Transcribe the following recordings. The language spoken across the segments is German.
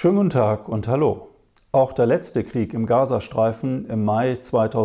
Schönen guten Tag und hallo. Auch der letzte Krieg im Gazastreifen im Mai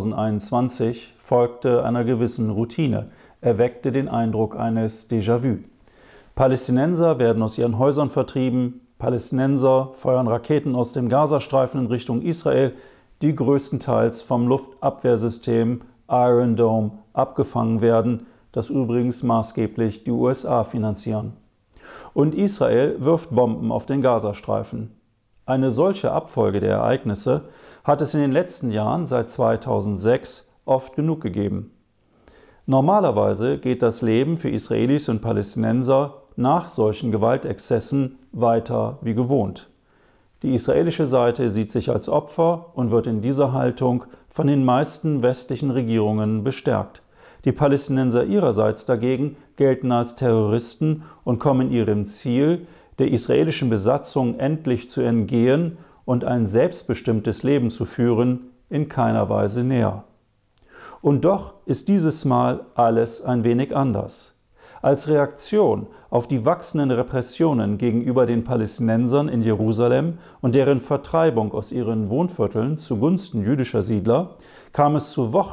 2021 folgte einer gewissen Routine. Er weckte den Eindruck eines Déjà-vu. Palästinenser werden aus ihren Häusern vertrieben, Palästinenser feuern Raketen aus dem Gazastreifen in Richtung Israel, die größtenteils vom Luftabwehrsystem Iron Dome abgefangen werden, das übrigens maßgeblich die USA finanzieren. Und Israel wirft Bomben auf den Gazastreifen. Eine solche Abfolge der Ereignisse hat es in den letzten Jahren seit 2006 oft genug gegeben. Normalerweise geht das Leben für Israelis und Palästinenser nach solchen Gewaltexzessen weiter wie gewohnt. Die israelische Seite sieht sich als Opfer und wird in dieser Haltung von den meisten westlichen Regierungen bestärkt. Die Palästinenser ihrerseits dagegen gelten als Terroristen und kommen ihrem Ziel, der israelischen Besatzung endlich zu entgehen und ein selbstbestimmtes Leben zu führen, in keiner Weise näher. Und doch ist dieses Mal alles ein wenig anders. Als Reaktion auf die wachsenden Repressionen gegenüber den Palästinensern in Jerusalem und deren Vertreibung aus ihren Wohnvierteln zugunsten jüdischer Siedler kam es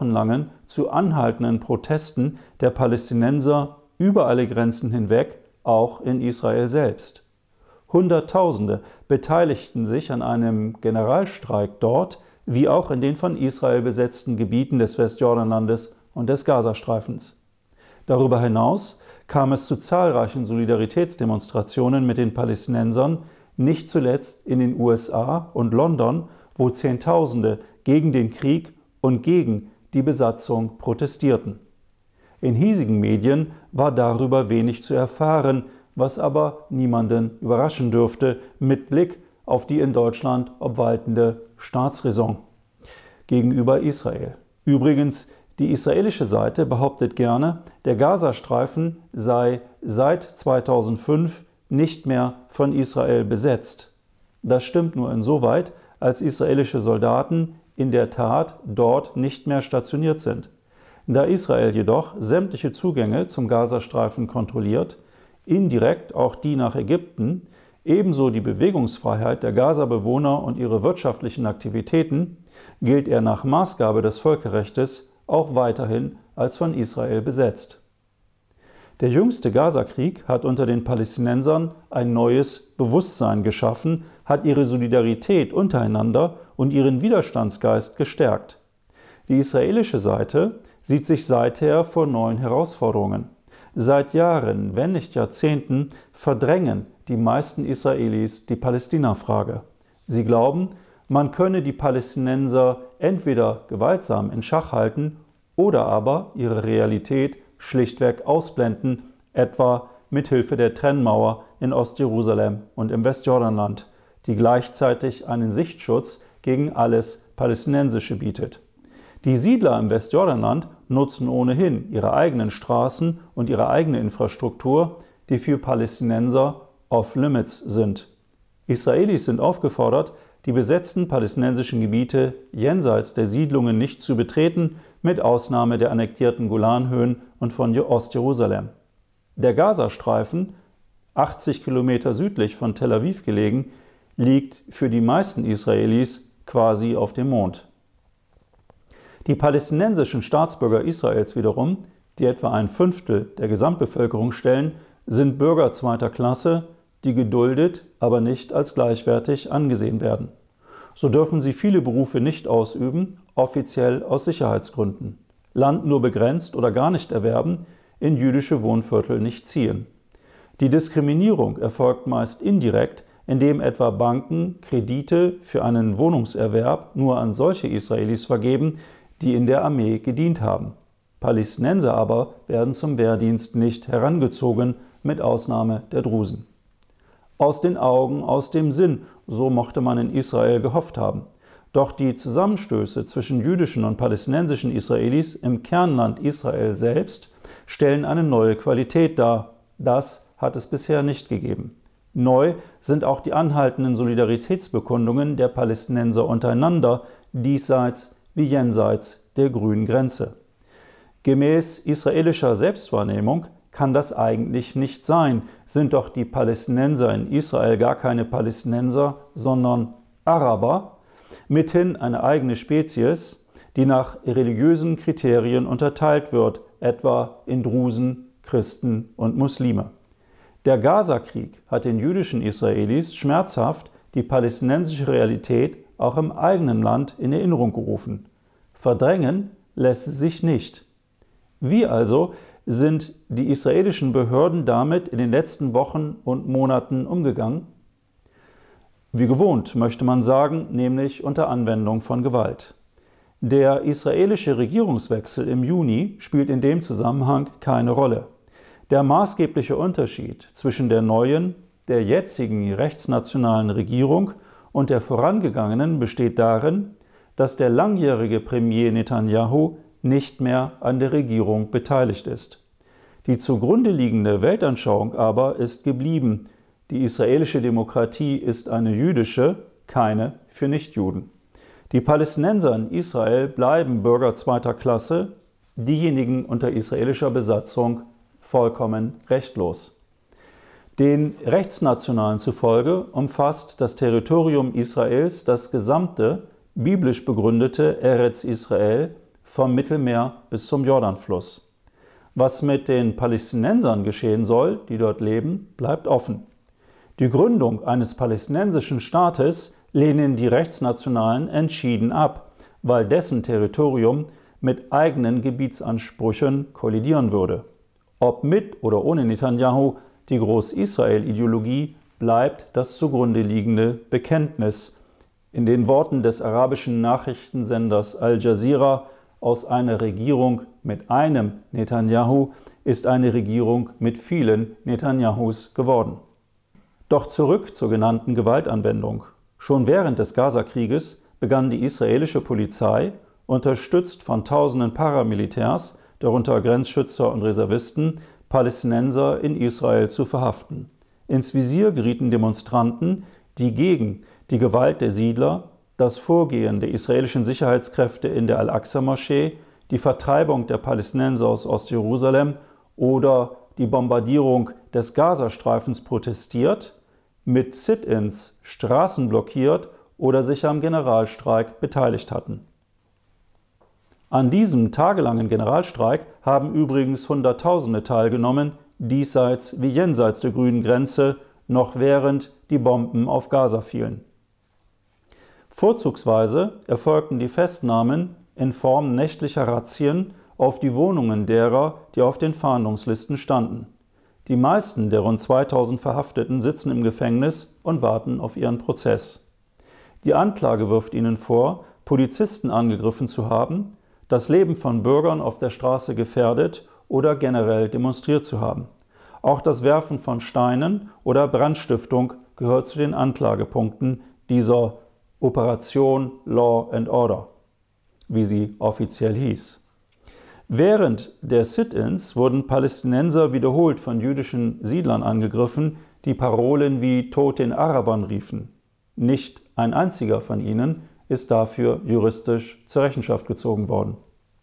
zu anhaltenden Protesten der Palästinenser über alle Grenzen hinweg, auch in Israel selbst. Hunderttausende beteiligten sich an einem Generalstreik dort, wie auch in den von Israel besetzten Gebieten des Westjordanlandes und des Gazastreifens. Darüber hinaus kam es zu zahlreichen Solidaritätsdemonstrationen mit den Palästinensern, nicht zuletzt in den USA und London, wo Zehntausende gegen den Krieg und gegen die Besatzung protestierten. In hiesigen Medien war darüber wenig zu erfahren, was aber niemanden überraschen dürfte, mit Blick auf die in Deutschland obwaltende Staatsräson gegenüber Israel. Übrigens, die israelische Seite behauptet gerne, der Gazastreifen sei seit 2005 nicht mehr von Israel besetzt. Das stimmt nur insoweit, als israelische Soldaten in der Tat dort nicht mehr stationiert sind. Da Israel jedoch sämtliche Zugänge zum Gazastreifen kontrolliert, indirekt auch die nach Ägypten, ebenso die Bewegungsfreiheit der Gaza-Bewohner und ihre wirtschaftlichen Aktivitäten, gilt er nach Maßgabe des Völkerrechts auch weiterhin als von Israel besetzt. Der jüngste Gaza-Krieg hat unter den Palästinensern ein neues Bewusstsein geschaffen, hat ihre Solidarität untereinander und ihren Widerstandsgeist gestärkt. Die israelische Seite sieht sich seither vor neuen Herausforderungen. Seit Jahren, wenn nicht Jahrzehnten, verdrängen die meisten Israelis die Palästina-Frage. Sie glauben, man könne die Palästinenser entweder gewaltsam in Schach halten oder aber ihre Realität schlichtweg ausblenden, etwa mit Hilfe der Trennmauer in Ostjerusalem und im Westjordanland, die gleichzeitig einen Sichtschutz gegen alles Palästinensische bietet. Die Siedler im Westjordanland nutzen ohnehin ihre eigenen Straßen und ihre eigene Infrastruktur, die für Palästinenser off-limits sind. Israelis sind aufgefordert, die besetzten palästinensischen Gebiete jenseits der Siedlungen nicht zu betreten, mit Ausnahme der annektierten Golanhöhen und von Ostjerusalem. Der Gazastreifen, 80 Kilometer südlich von Tel Aviv gelegen, liegt für die meisten Israelis quasi auf dem Mond. Die palästinensischen Staatsbürger Israels wiederum, die etwa ein Fünftel der Gesamtbevölkerung stellen, sind Bürger zweiter Klasse, die geduldet, aber nicht als gleichwertig angesehen werden. So dürfen sie viele Berufe nicht ausüben, offiziell aus Sicherheitsgründen, Land nur begrenzt oder gar nicht erwerben, in jüdische Wohnviertel nicht ziehen. Die Diskriminierung erfolgt meist indirekt, indem etwa Banken Kredite für einen Wohnungserwerb nur an solche Israelis vergeben, die in der Armee gedient haben. Palästinenser aber werden zum Wehrdienst nicht herangezogen, mit Ausnahme der Drusen. Aus den Augen, aus dem Sinn, so mochte man in Israel gehofft haben. Doch die Zusammenstöße zwischen jüdischen und palästinensischen Israelis im Kernland Israel selbst stellen eine neue Qualität dar. Das hat es bisher nicht gegeben. Neu sind auch die anhaltenden Solidaritätsbekundungen der Palästinenser untereinander, diesseits wie jenseits der grünen Grenze. Gemäß israelischer Selbstwahrnehmung kann das eigentlich nicht sein. Sind doch die Palästinenser in Israel gar keine Palästinenser, sondern Araber, mithin eine eigene Spezies, die nach religiösen Kriterien unterteilt wird, etwa in Drusen, Christen und Muslime. Der Gaza-Krieg hat den jüdischen Israelis schmerzhaft die palästinensische Realität auch im eigenen Land in Erinnerung gerufen. Verdrängen lässt es sich nicht. Wie also sind die israelischen Behörden damit in den letzten Wochen und Monaten umgegangen? Wie gewohnt, möchte man sagen, nämlich unter Anwendung von Gewalt. Der israelische Regierungswechsel im Juni spielt in dem Zusammenhang keine Rolle. Der maßgebliche Unterschied zwischen der neuen, der jetzigen rechtsnationalen Regierung und der vorangegangenen besteht darin, dass der langjährige Premier Netanyahu nicht mehr an der Regierung beteiligt ist. Die zugrunde liegende Weltanschauung aber ist geblieben. Die israelische Demokratie ist eine jüdische, keine für Nichtjuden. Die Palästinenser in Israel bleiben Bürger zweiter Klasse, diejenigen unter israelischer Besatzung vollkommen rechtlos. Den Rechtsnationalen zufolge umfasst das Territorium Israels das gesamte, biblisch begründete Eretz Israel vom Mittelmeer bis zum Jordanfluss. Was mit den Palästinensern geschehen soll, die dort leben, bleibt offen. Die Gründung eines palästinensischen Staates lehnen die Rechtsnationalen entschieden ab, weil dessen Territorium mit eigenen Gebietsansprüchen kollidieren würde. Ob mit oder ohne Netanyahu, die Groß-Israel-Ideologie bleibt das zugrunde liegende Bekenntnis. In den Worten des arabischen Nachrichtensenders Al Jazeera: Aus einer Regierung mit einem Netanyahu ist eine Regierung mit vielen Netanyahus geworden. Doch zurück zur genannten Gewaltanwendung. Schon während des Gaza-Krieges begann die israelische Polizei, unterstützt von tausenden Paramilitärs, darunter Grenzschützer und Reservisten, Palästinenser in Israel zu verhaften. Ins Visier gerieten Demonstranten, die gegen die Gewalt der Siedler, das Vorgehen der israelischen Sicherheitskräfte in der Al-Aqsa-Moschee, die Vertreibung der Palästinenser aus Ostjerusalem oder die Bombardierung des Gazastreifens protestiert, mit Sit-ins Straßen blockiert oder sich am Generalstreik beteiligt hatten. An diesem tagelangen Generalstreik haben übrigens Hunderttausende teilgenommen, diesseits wie jenseits der grünen Grenze, noch während die Bomben auf Gaza fielen. Vorzugsweise erfolgten die Festnahmen in Form nächtlicher Razzien auf die Wohnungen derer, die auf den Fahndungslisten standen. Die meisten der rund 2000 Verhafteten sitzen im Gefängnis und warten auf ihren Prozess. Die Anklage wirft ihnen vor, Polizisten angegriffen zu haben, das Leben von Bürgern auf der Straße gefährdet oder generell demonstriert zu haben. Auch das Werfen von Steinen oder Brandstiftung gehört zu den Anklagepunkten dieser Operation Law and Order, wie sie offiziell hieß. Während der Sit-ins wurden Palästinenser wiederholt von jüdischen Siedlern angegriffen, die Parolen wie „Tod den Arabern" riefen. Nicht ein einziger von ihnen ist dafür juristisch zur Rechenschaft gezogen worden.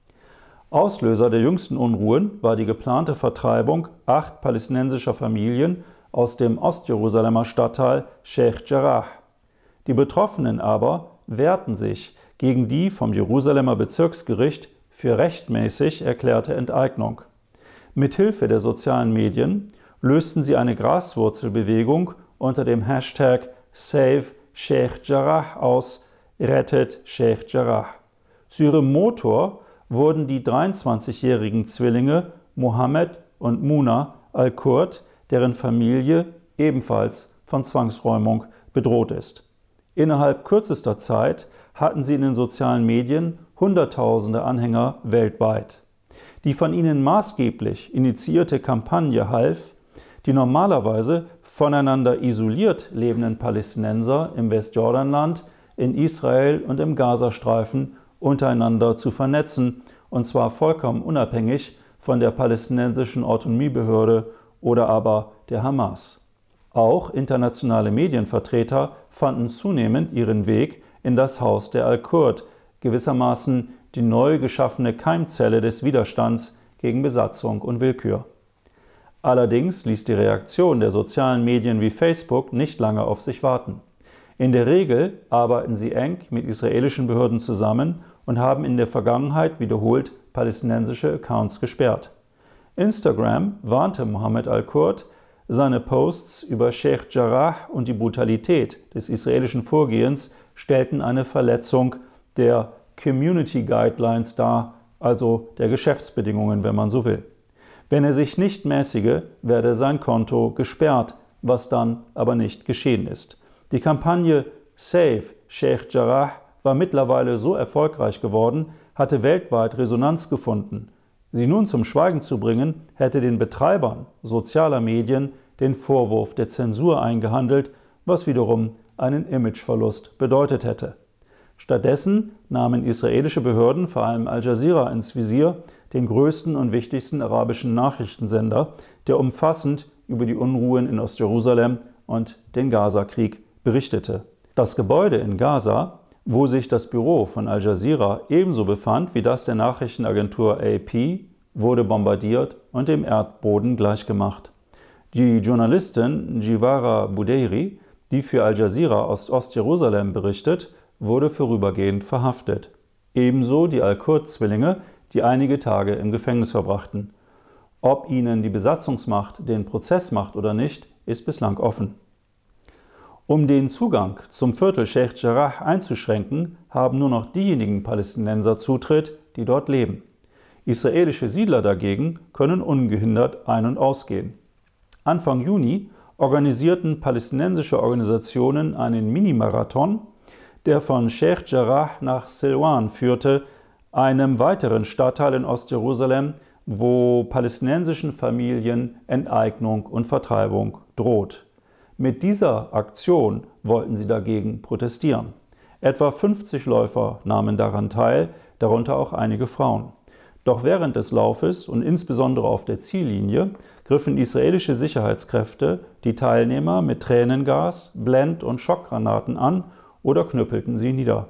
Auslöser der jüngsten Unruhen war die geplante Vertreibung 8 palästinensischer Familien aus dem Ostjerusalemer Stadtteil Sheikh Jarrah. Die Betroffenen aber wehrten sich gegen die vom Jerusalemer Bezirksgericht für rechtmäßig erklärte Enteignung. Mithilfe der sozialen Medien lösten sie eine Graswurzelbewegung unter dem Hashtag Save Sheikh Jarrah aus, rettet Sheikh Jarrah. Zu ihrem Motor wurden die 23-jährigen Zwillinge Mohammed und Muna al-Kurd, deren Familie ebenfalls von Zwangsräumung bedroht ist. Innerhalb kürzester Zeit hatten sie in den sozialen Medien Hunderttausende Anhänger weltweit. Die von ihnen maßgeblich initiierte Kampagne half, die normalerweise voneinander isoliert lebenden Palästinenser im Westjordanland, in Israel und im Gazastreifen untereinander zu vernetzen, und zwar vollkommen unabhängig von der palästinensischen Autonomiebehörde oder aber der Hamas. Auch internationale Medienvertreter fanden zunehmend ihren Weg in das Haus der Al-Kurd, gewissermaßen die neu geschaffene Keimzelle des Widerstands gegen Besatzung und Willkür. Allerdings ließ die Reaktion der sozialen Medien wie Facebook nicht lange auf sich warten. In der Regel arbeiten sie eng mit israelischen Behörden zusammen und haben in der Vergangenheit wiederholt palästinensische Accounts gesperrt. Instagram warnte Mohammed al-Kurd, seine Posts über Sheikh Jarrah und die Brutalität des israelischen Vorgehens stellten eine Verletzung der Community Guidelines dar, also der Geschäftsbedingungen, wenn man so will. Wenn er sich nicht mäßige, werde sein Konto gesperrt, was dann aber nicht geschehen ist. Die Kampagne Save Sheikh Jarrah war mittlerweile so erfolgreich geworden, hatte weltweit Resonanz gefunden. Sie nun zum Schweigen zu bringen, hätte den Betreibern sozialer Medien den Vorwurf der Zensur eingehandelt, was wiederum einen Imageverlust bedeutet hätte. Stattdessen nahmen israelische Behörden vor allem Al Jazeera ins Visier, den größten und wichtigsten arabischen Nachrichtensender, der umfassend über die Unruhen in Ostjerusalem und den Gaza-Krieg berichtete. Das Gebäude in Gaza, wo sich das Büro von Al Jazeera ebenso befand wie das der Nachrichtenagentur AP, wurde bombardiert und dem Erdboden gleichgemacht. Die Journalistin Jivara Budeiri, die für Al Jazeera aus Ostjerusalem berichtet, wurde vorübergehend verhaftet. Ebenso die Al-Kurd-Zwillinge, die einige Tage im Gefängnis verbrachten. Ob ihnen die Besatzungsmacht den Prozess macht oder nicht, ist bislang offen. Um den Zugang zum Viertel Sheikh Jarrah einzuschränken, haben nur noch diejenigen Palästinenser Zutritt, die dort leben. Israelische Siedler dagegen können ungehindert ein- und ausgehen. Anfang Juni organisierten palästinensische Organisationen einen Minimarathon, der von Sheikh Jarrah nach Silwan führte, einem weiteren Stadtteil in Ostjerusalem, wo palästinensischen Familien Enteignung und Vertreibung droht. Mit dieser Aktion wollten sie dagegen protestieren. Etwa 50 Läufer nahmen daran teil, darunter auch einige Frauen. Doch während des Laufes und insbesondere auf der Ziellinie griffen israelische Sicherheitskräfte die Teilnehmer mit Tränengas, Blend- und Schockgranaten an oder knüppelten sie nieder.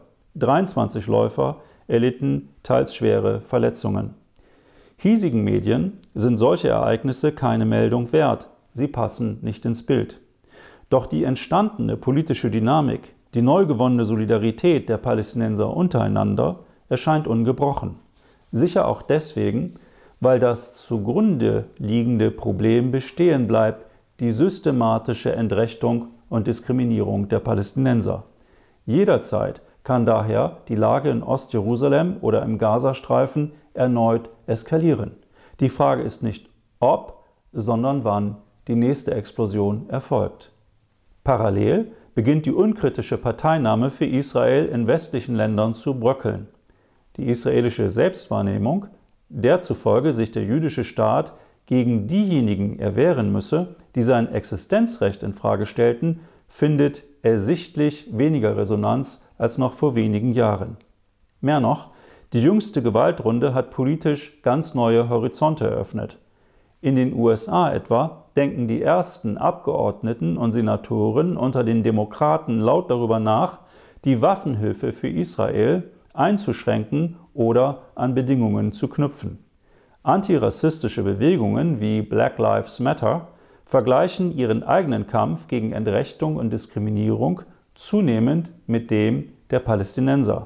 23 Läufer erlitten teils schwere Verletzungen. Hiesigen Medien sind solche Ereignisse keine Meldung wert, sie passen nicht ins Bild. Doch die entstandene politische Dynamik, die neu gewonnene Solidarität der Palästinenser untereinander erscheint ungebrochen. Sicher auch deswegen, weil das zugrunde liegende Problem bestehen bleibt, die systematische Entrechtung und Diskriminierung der Palästinenser. Jederzeit kann daher die Lage in Ostjerusalem oder im Gazastreifen erneut eskalieren. Die Frage ist nicht ob, sondern wann die nächste Explosion erfolgt. Parallel beginnt die unkritische Parteinahme für Israel in westlichen Ländern zu bröckeln. Die israelische Selbstwahrnehmung, der zufolge sich der jüdische Staat gegen diejenigen erwehren müsse, die sein Existenzrecht infrage stellten, findet ersichtlich weniger Resonanz als noch vor wenigen Jahren. Mehr noch, die jüngste Gewaltrunde hat politisch ganz neue Horizonte eröffnet. In den USA etwa denken die ersten Abgeordneten und Senatoren unter den Demokraten laut darüber nach, die Waffenhilfe für Israel einzuschränken oder an Bedingungen zu knüpfen. Antirassistische Bewegungen wie Black Lives Matter vergleichen ihren eigenen Kampf gegen Entrechtung und Diskriminierung zunehmend mit dem der Palästinenser.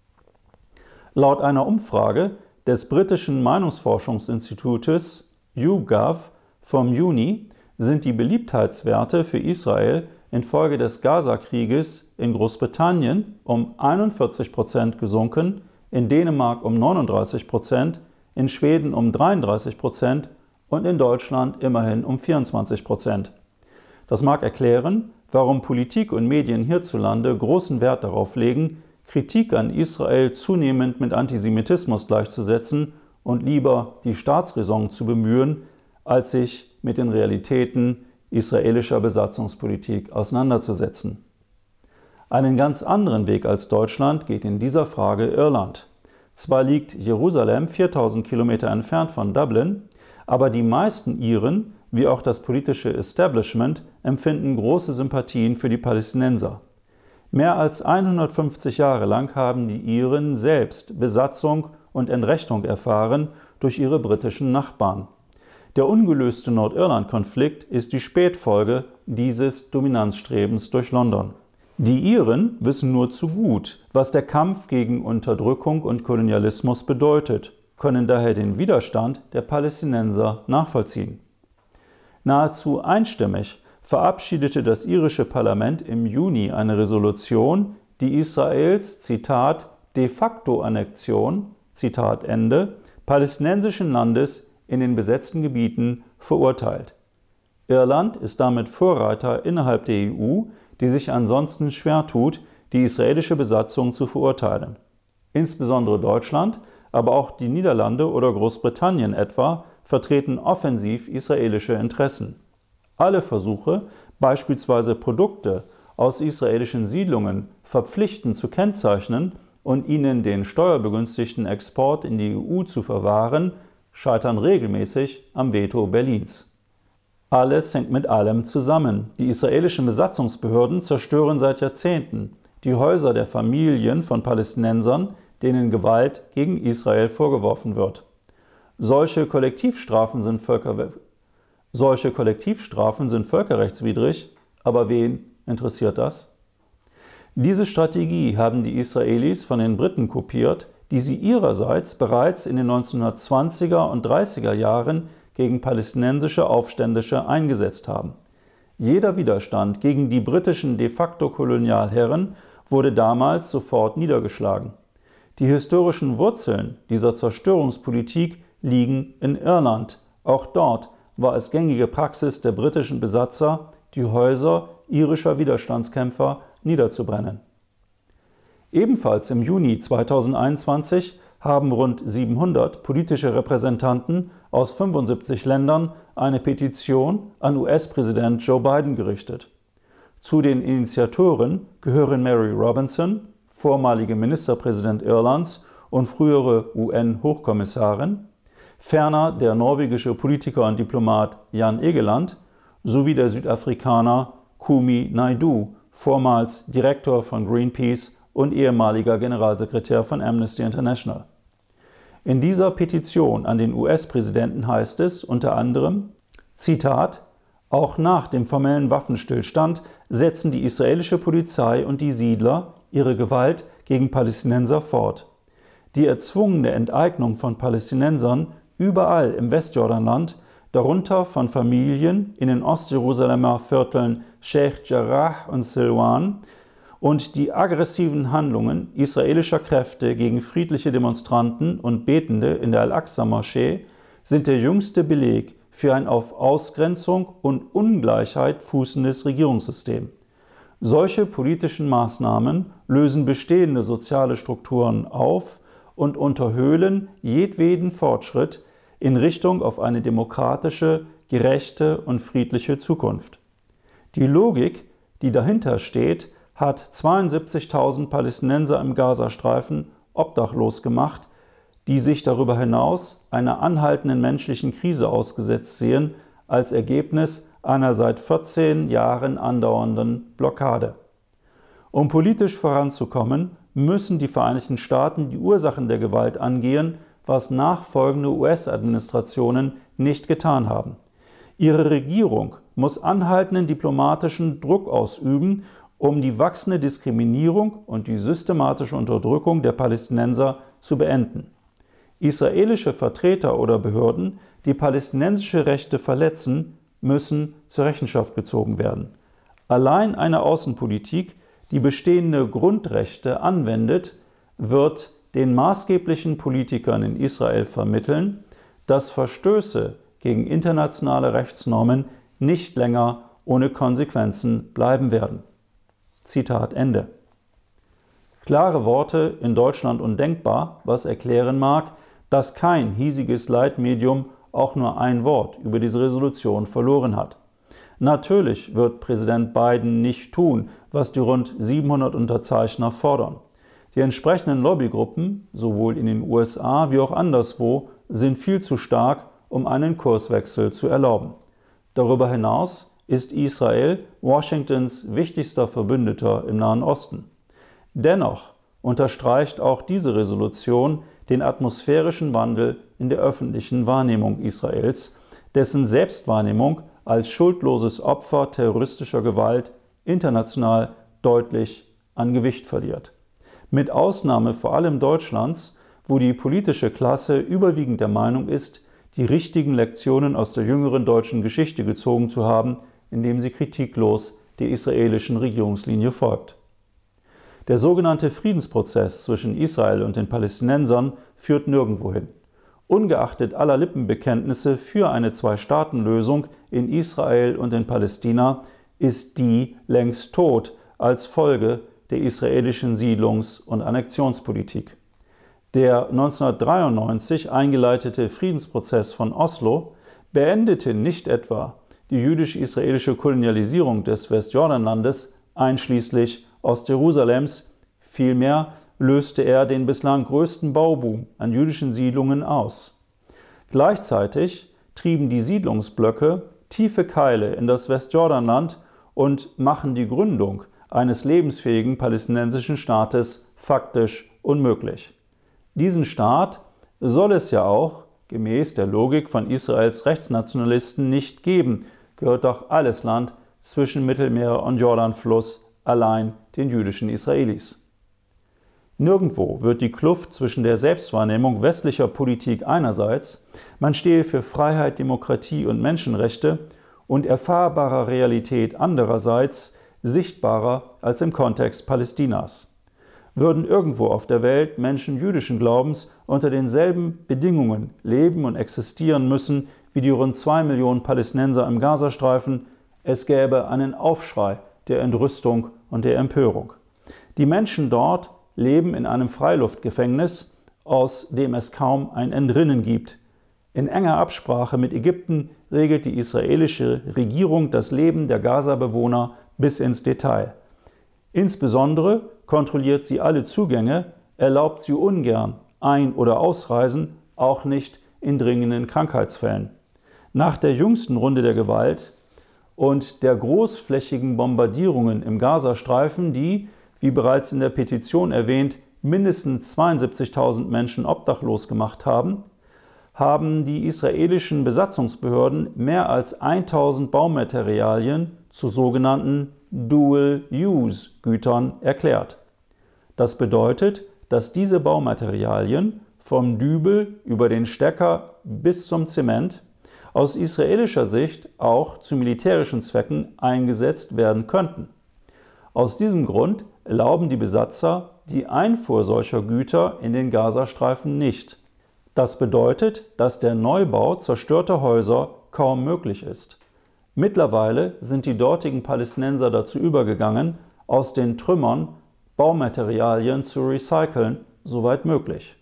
Laut einer Umfrage des britischen Meinungsforschungsinstitutes YouGov vom Juni sind die Beliebtheitswerte für Israel infolge des Gaza-Krieges in Großbritannien um 41% gesunken, in Dänemark um 39%, in Schweden um 33% und in Deutschland immerhin um 24%. Das mag erklären, warum Politik und Medien hierzulande großen Wert darauf legen, Kritik an Israel zunehmend mit Antisemitismus gleichzusetzen und lieber die Staatsräson zu bemühen, als sich mit den Realitäten israelischer Besatzungspolitik auseinanderzusetzen. Einen ganz anderen Weg als Deutschland geht in dieser Frage Irland. Zwar liegt Jerusalem 4000 Kilometer entfernt von Dublin, aber die meisten Iren, wie auch das politische Establishment, empfinden große Sympathien für die Palästinenser. Mehr als 150 Jahre lang haben die Iren selbst Besatzung und Entrechtung erfahren durch ihre britischen Nachbarn. Der ungelöste Nordirland-Konflikt ist die Spätfolge dieses Dominanzstrebens durch London. Die Iren wissen nur zu gut, was der Kampf gegen Unterdrückung und Kolonialismus bedeutet, können daher den Widerstand der Palästinenser nachvollziehen. Nahezu einstimmig verabschiedete das irische Parlament im Juni eine Resolution, die Israels, Zitat, de facto Annexion, Zitat Ende, palästinensischen Landes in den besetzten Gebieten verurteilt. Irland ist damit Vorreiter innerhalb der EU, die sich ansonsten schwer tut, die israelische Besatzung zu verurteilen. Insbesondere Deutschland, aber auch die Niederlande oder Großbritannien etwa, vertreten offensiv israelische Interessen. Alle Versuche, beispielsweise Produkte aus israelischen Siedlungen verpflichtend zu kennzeichnen und ihnen den steuerbegünstigten Export in die EU zu verwahren, scheitern regelmäßig am Veto Berlins. Alles hängt mit allem zusammen. Die israelischen Besatzungsbehörden zerstören seit Jahrzehnten die Häuser der Familien von Palästinensern, denen Gewalt gegen Israel vorgeworfen wird. Solche Kollektivstrafen sind völkerrechtswidrig, aber wen interessiert das? Diese Strategie haben die Israelis von den Briten kopiert, die sie ihrerseits bereits in den 1920er und 30er Jahren gegen palästinensische Aufständische eingesetzt haben. Jeder Widerstand gegen die britischen de facto Kolonialherren wurde damals sofort niedergeschlagen. Die historischen Wurzeln dieser Zerstörungspolitik liegen in Irland. Auch dort war es gängige Praxis der britischen Besatzer, die Häuser irischer Widerstandskämpfer niederzubrennen. Ebenfalls im Juni 2021 haben rund 700 politische Repräsentanten aus 75 Ländern eine Petition an US-Präsident Joe Biden gerichtet. Zu den Initiatoren gehören Mary Robinson, vormalige Ministerpräsident Irlands und frühere UN-Hochkommissarin, ferner der norwegische Politiker und Diplomat Jan Egeland sowie der Südafrikaner Kumi Naidoo, vormals Direktor von Greenpeace und ehemaliger Generalsekretär von Amnesty International. In dieser Petition an den US-Präsidenten heißt es unter anderem, Zitat, auch nach dem formellen Waffenstillstand setzen die israelische Polizei und die Siedler ihre Gewalt gegen Palästinenser fort. Die erzwungene Enteignung von Palästinensern überall im Westjordanland, darunter von Familien in den Ostjerusalemer Vierteln Sheikh Jarrah und Silwan, und die aggressiven Handlungen israelischer Kräfte gegen friedliche Demonstranten und Betende in der Al-Aqsa-Moschee sind der jüngste Beleg für ein auf Ausgrenzung und Ungleichheit fußendes Regierungssystem. Solche politischen Maßnahmen lösen bestehende soziale Strukturen auf und unterhöhlen jedweden Fortschritt in Richtung auf eine demokratische, gerechte und friedliche Zukunft. Die Logik, die dahinter steht, hat 72.000 Palästinenser im Gazastreifen obdachlos gemacht, die sich darüber hinaus einer anhaltenden menschlichen Krise ausgesetzt sehen, als Ergebnis einer seit 14 Jahren andauernden Blockade. Um politisch voranzukommen, müssen die Vereinigten Staaten die Ursachen der Gewalt angehen, was nachfolgende US-Administrationen nicht getan haben. Ihre Regierung muss anhaltenden diplomatischen Druck ausüben, um die wachsende Diskriminierung und die systematische Unterdrückung der Palästinenser zu beenden. Israelische Vertreter oder Behörden, die palästinensische Rechte verletzen, müssen zur Rechenschaft gezogen werden. Allein eine Außenpolitik, die bestehende Grundrechte anwendet, wird den maßgeblichen Politikern in Israel vermitteln, dass Verstöße gegen internationale Rechtsnormen nicht länger ohne Konsequenzen bleiben werden. Zitat Ende. Klare Worte in Deutschland undenkbar, was erklären mag, dass kein hiesiges Leitmedium auch nur ein Wort über diese Resolution verloren hat. Natürlich wird Präsident Biden nicht tun, was die rund 700 Unterzeichner fordern. Die entsprechenden Lobbygruppen, sowohl in den USA wie auch anderswo, sind viel zu stark, um einen Kurswechsel zu erlauben. Darüber hinaus ist Israel Washingtons wichtigster Verbündeter im Nahen Osten. Dennoch unterstreicht auch diese Resolution den atmosphärischen Wandel in der öffentlichen Wahrnehmung Israels, dessen Selbstwahrnehmung als schuldloses Opfer terroristischer Gewalt international deutlich an Gewicht verliert. Mit Ausnahme vor allem Deutschlands, wo die politische Klasse überwiegend der Meinung ist, die richtigen Lektionen aus der jüngeren deutschen Geschichte gezogen zu haben, indem sie kritiklos der israelischen Regierungslinie folgt. Der sogenannte Friedensprozess zwischen Israel und den Palästinensern führt nirgendwo hin. Ungeachtet aller Lippenbekenntnisse für eine Zwei-Staaten-Lösung in Israel und in Palästina ist die längst tot als Folge der israelischen Siedlungs- und Annexionspolitik. Der 1993 eingeleitete Friedensprozess von Oslo beendete nicht etwa die jüdisch-israelische Kolonialisierung des Westjordanlandes einschließlich Ostjerusalems, vielmehr löste er den bislang größten Bauboom an jüdischen Siedlungen aus. Gleichzeitig trieben die Siedlungsblöcke tiefe Keile in das Westjordanland und machen die Gründung eines lebensfähigen palästinensischen Staates faktisch unmöglich. Diesen Staat soll es ja auch, gemäß der Logik von Israels Rechtsnationalisten, nicht geben, gehört doch alles Land zwischen Mittelmeer und Jordanfluss allein den jüdischen Israelis. Nirgendwo wird die Kluft zwischen der Selbstwahrnehmung westlicher Politik einerseits, man stehe für Freiheit, Demokratie und Menschenrechte, und erfahrbarer Realität andererseits sichtbarer als im Kontext Palästinas. Würden irgendwo auf der Welt Menschen jüdischen Glaubens unter denselben Bedingungen leben und existieren müssen wie die rund 2 Millionen Palästinenser im Gazastreifen, es gäbe einen Aufschrei der Entrüstung und der Empörung. Die Menschen dort leben in einem Freiluftgefängnis, aus dem es kaum ein Entrinnen gibt. In enger Absprache mit Ägypten regelt die israelische Regierung das Leben der Gaza-Bewohner bis ins Detail. Insbesondere kontrolliert sie alle Zugänge, erlaubt sie ungern Ein- oder Ausreisen, auch nicht in dringenden Krankheitsfällen. Nach der jüngsten Runde der Gewalt und der großflächigen Bombardierungen im Gazastreifen, die, wie bereits in der Petition erwähnt, mindestens 72.000 Menschen obdachlos gemacht haben, haben die israelischen Besatzungsbehörden mehr als 1.000 Baumaterialien zu sogenannten Dual-Use-Gütern erklärt. Das bedeutet, dass diese Baumaterialien vom Dübel über den Stecker bis zum Zement aus israelischer Sicht auch zu militärischen Zwecken eingesetzt werden könnten. Aus diesem Grund erlauben die Besatzer die Einfuhr solcher Güter in den Gazastreifen nicht. Das bedeutet, dass der Neubau zerstörter Häuser kaum möglich ist. Mittlerweile sind die dortigen Palästinenser dazu übergegangen, aus den Trümmern Baumaterialien zu recyceln, soweit möglich.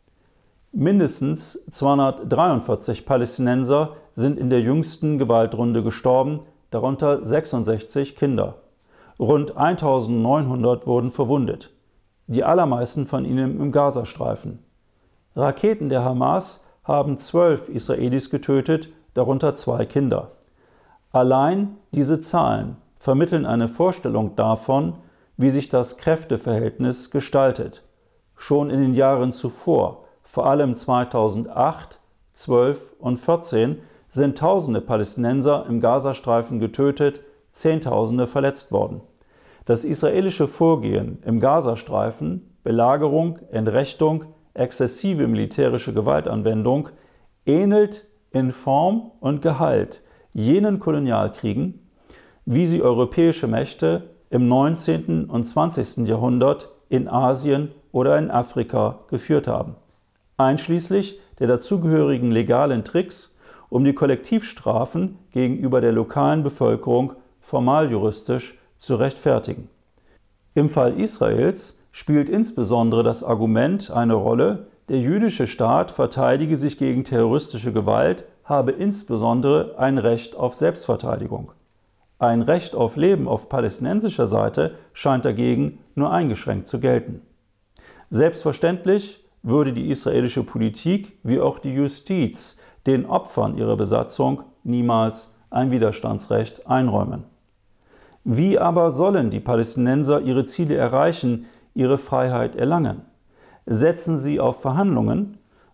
Mindestens 243 Palästinenser sind in der jüngsten Gewaltrunde gestorben, darunter 66 Kinder. Rund 1900 wurden verwundet, die allermeisten von ihnen im Gazastreifen. Raketen der Hamas haben 12 Israelis getötet, darunter 2 Kinder. Allein diese Zahlen vermitteln eine Vorstellung davon, wie sich das Kräfteverhältnis gestaltet. Schon in den Jahren zuvor, vor allem 2008, 12 und 14, sind Tausende Palästinenser im Gazastreifen getötet, Zehntausende verletzt worden. Das israelische Vorgehen im Gazastreifen, Belagerung, Entrechtung, exzessive militärische Gewaltanwendung, ähnelt in Form und Gehalt jenen Kolonialkriegen, wie sie europäische Mächte im 19. und 20. Jahrhundert in Asien oder in Afrika geführt haben, einschließlich der dazugehörigen legalen Tricks, um die Kollektivstrafen gegenüber der lokalen Bevölkerung formaljuristisch zu rechtfertigen. Im Fall Israels spielt insbesondere das Argument eine Rolle, der jüdische Staat verteidige sich gegen terroristische Gewalt, habe insbesondere ein Recht auf Selbstverteidigung. Ein Recht auf Leben auf palästinensischer Seite scheint dagegen nur eingeschränkt zu gelten. Selbstverständlich würde die israelische Politik wie auch die Justiz den Opfern ihrer Besatzung niemals ein Widerstandsrecht einräumen. Wie aber sollen die Palästinenser ihre Ziele erreichen, ihre Freiheit erlangen? Setzen sie auf Verhandlungen,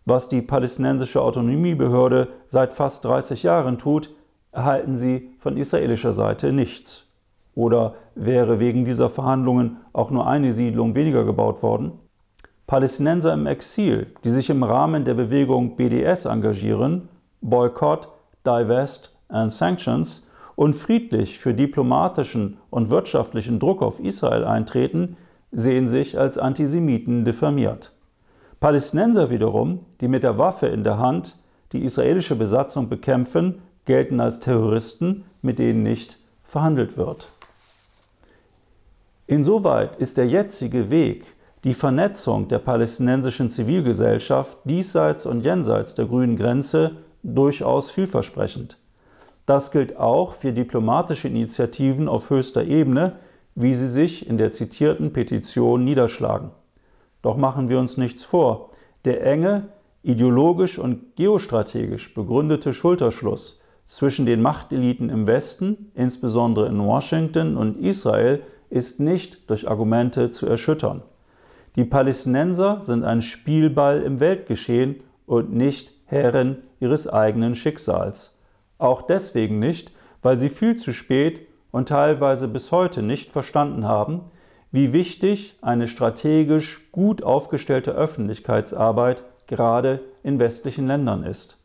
was die palästinensische Autonomiebehörde seit fast 30 Jahren tut, erhalten sie von israelischer Seite nichts. Oder wäre wegen dieser Verhandlungen auch nur eine Siedlung weniger gebaut worden? Palästinenser im Exil, die sich im Rahmen der Bewegung BDS engagieren, Boycott, Divest and Sanctions, und friedlich für diplomatischen und wirtschaftlichen Druck auf Israel eintreten, sehen sich als Antisemiten diffamiert. Palästinenser wiederum, die mit der Waffe in der Hand die israelische Besatzung bekämpfen, gelten als Terroristen, mit denen nicht verhandelt wird. Insoweit ist der jetzige Weg, die Vernetzung der palästinensischen Zivilgesellschaft diesseits und jenseits der grünen Grenze, durchaus vielversprechend. Das gilt auch für diplomatische Initiativen auf höchster Ebene, wie sie sich in der zitierten Petition niederschlagen. Doch machen wir uns nichts vor, der enge, ideologisch und geostrategisch begründete Schulterschluss zwischen den Machteliten im Westen, insbesondere in Washington, und Israel ist nicht durch Argumente zu erschüttern. Die Palästinenser sind ein Spielball im Weltgeschehen und nicht Herren ihres eigenen Schicksals. Auch deswegen nicht, weil sie viel zu spät und teilweise bis heute nicht verstanden haben, wie wichtig eine strategisch gut aufgestellte Öffentlichkeitsarbeit gerade in westlichen Ländern ist.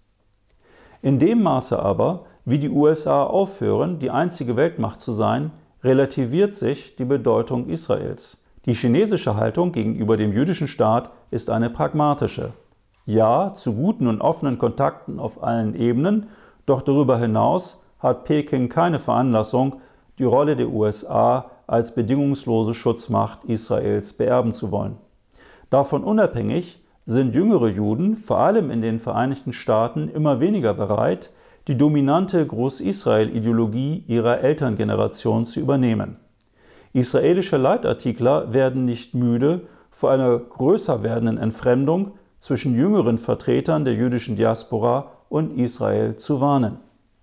In dem Maße aber, wie die USA aufhören, die einzige Weltmacht zu sein, relativiert sich die Bedeutung Israels. Die chinesische Haltung gegenüber dem jüdischen Staat ist eine pragmatische. Ja, zu guten und offenen Kontakten auf allen Ebenen, doch darüber hinaus hat Peking keine Veranlassung, die Rolle der USA als bedingungslose Schutzmacht Israels beerben zu wollen. Davon unabhängig sind jüngere Juden, vor allem in den Vereinigten Staaten, immer weniger bereit, die dominante Groß-Israel-Ideologie ihrer Elterngeneration zu übernehmen. Israelische Leitartikler werden nicht müde, vor einer größer werdenden Entfremdung zwischen jüngeren Vertretern der jüdischen Diaspora und Israel zu warnen.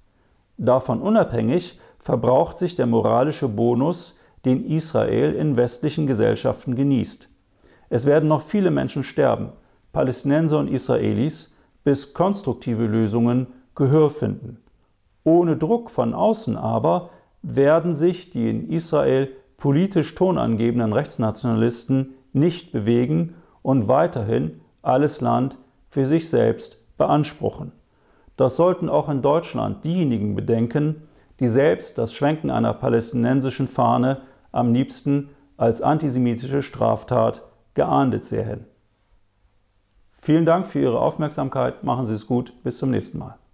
Davon unabhängig verbraucht sich der moralische Bonus, den Israel in westlichen Gesellschaften genießt. Es werden noch viele Menschen sterben, Palästinenser und Israelis, bis konstruktive Lösungen Gehör finden. Ohne Druck von außen aber werden sich die in Israel politisch tonangebenden Rechtsnationalisten nicht bewegen und weiterhin alles Land für sich selbst beanspruchen. Das sollten auch in Deutschland diejenigen bedenken, die selbst das Schwenken einer palästinensischen Fahne am liebsten als antisemitische Straftat geahndet sähen. Vielen Dank für Ihre Aufmerksamkeit. Machen Sie es gut. Bis zum nächsten Mal.